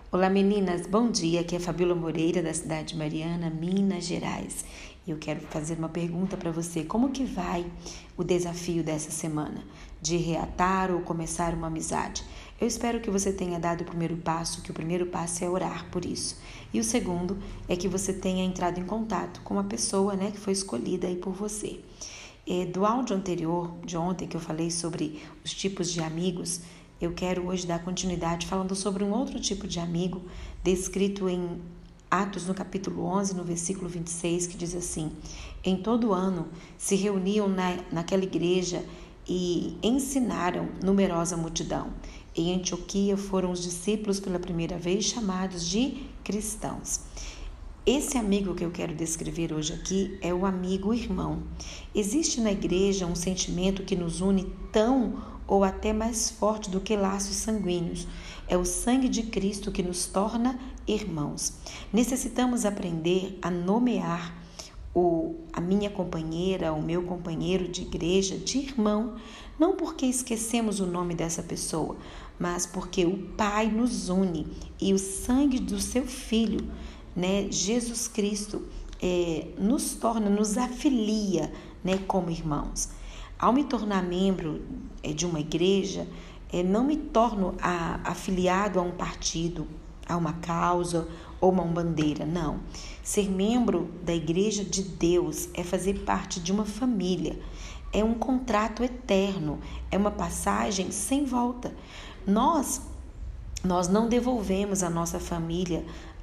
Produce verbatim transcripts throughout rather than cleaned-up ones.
Olá meninas, bom dia, aqui é a Fabíola Moreira da cidade de Mariana, Minas Gerais. E eu quero fazer uma pergunta para você, como que vai o desafio dessa semana? De reatar ou começar uma amizade? Eu espero que você tenha dado o primeiro passo, que o primeiro passo é orar por isso. E o segundo é que você tenha entrado em contato com uma pessoa, né, que foi escolhida aí por você. É, do áudio anterior, de ontem, que eu falei sobre os tipos de amigos, eu quero hoje dar continuidade falando sobre um outro tipo de amigo, descrito em Atos, no capítulo onze, no versículo vinte e seis, que diz assim: em todo ano se reuniam na, naquela igreja e ensinaram numerosa multidão. Em Antioquia foram os discípulos pela primeira vez chamados de cristãos. Esse amigo que eu quero descrever hoje aqui é o amigo irmão. Existe na igreja um sentimento que nos une tão ou até mais forte do que laços sanguíneos. É o sangue de Cristo que nos torna irmãos. Necessitamos aprender a nomear o, a minha companheira, o meu companheiro de igreja de irmão, não porque esquecemos o nome dessa pessoa, mas porque o Pai nos une e o sangue do seu Filho, né, Jesus Cristo, é, nos torna, nos afilia, né, como irmãos. Ao me tornar membro é, de uma igreja, é, não me torno a, afiliado a um partido, a uma causa ou uma bandeira, não. Ser membro da igreja de Deus é fazer parte de uma família, é um contrato eterno, é uma passagem sem volta. Nós, nós não devolvemos a nossa família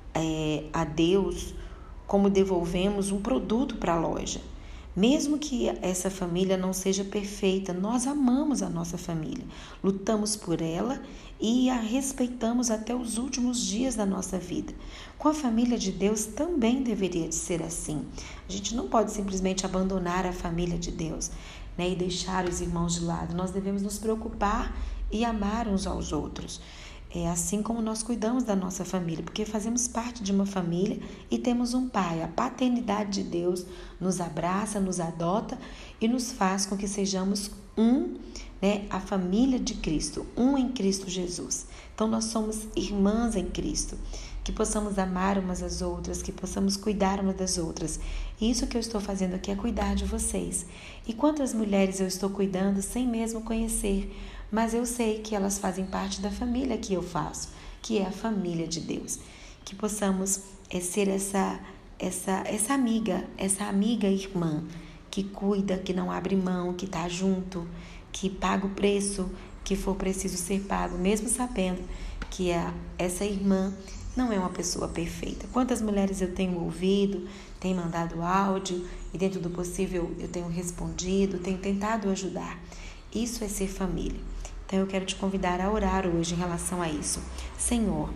é, a Deus como devolvemos um produto para a loja. Mesmo que essa família não seja perfeita, nós amamos a nossa família, lutamos por ela e a respeitamos até os últimos dias da nossa vida. Com a família de Deus também deveria de ser assim. A gente não pode simplesmente abandonar a família de Deus, né, e deixar os irmãos de lado. Nós devemos nos preocupar e amar uns aos outros. É assim como nós cuidamos da nossa família, porque fazemos parte de uma família e temos um pai. A paternidade de Deus nos abraça, nos adota e nos faz com que sejamos um, né, a família de Cristo, um em Cristo Jesus. Então nós somos irmãs em Cristo, que possamos amar umas às outras, que possamos cuidar umas das outras. E isso que eu estou fazendo aqui é cuidar de vocês. E quantas mulheres eu estou cuidando sem mesmo conhecer, mas eu sei que elas fazem parte da família que eu faço, que é a família de Deus. Que possamos é, ser essa, essa, essa amiga, essa amiga irmã, que cuida, que não abre mão, que está junto, que paga o preço que for preciso ser pago, mesmo sabendo que a, essa irmã não é uma pessoa perfeita. Quantas mulheres eu tenho ouvido, tenho mandado áudio e dentro do possível eu tenho respondido, tenho tentado ajudar. Isso é ser família. Então eu quero te convidar a orar hoje em relação a isso. Senhor,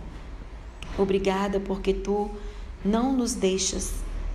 obrigada porque Tu não nos deixas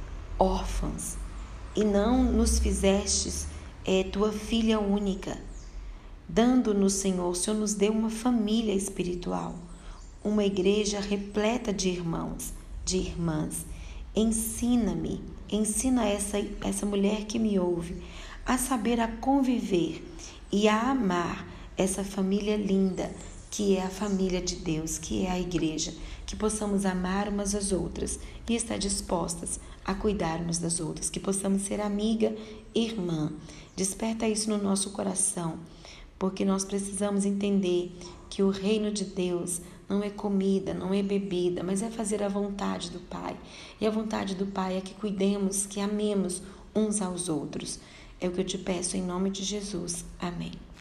órfãos e não nos fizestes é, Tua filha única. Dando-nos, Senhor, o Senhor nos deu uma família espiritual, uma igreja repleta de irmãos, de irmãs. Ensina-me, ensina essa, essa mulher que me ouve a saber a conviver e a amar essa família linda, que é a família de Deus, que é a igreja, que possamos amar umas às outras e estar dispostas a cuidar umas das outras, que possamos ser amiga e irmã. Desperta isso no nosso coração, porque nós precisamos entender que o reino de Deus não é comida, não é bebida, mas é fazer a vontade do Pai. E a vontade do Pai é que cuidemos, que amemos uns aos outros. É o que eu te peço em nome de Jesus. Amém.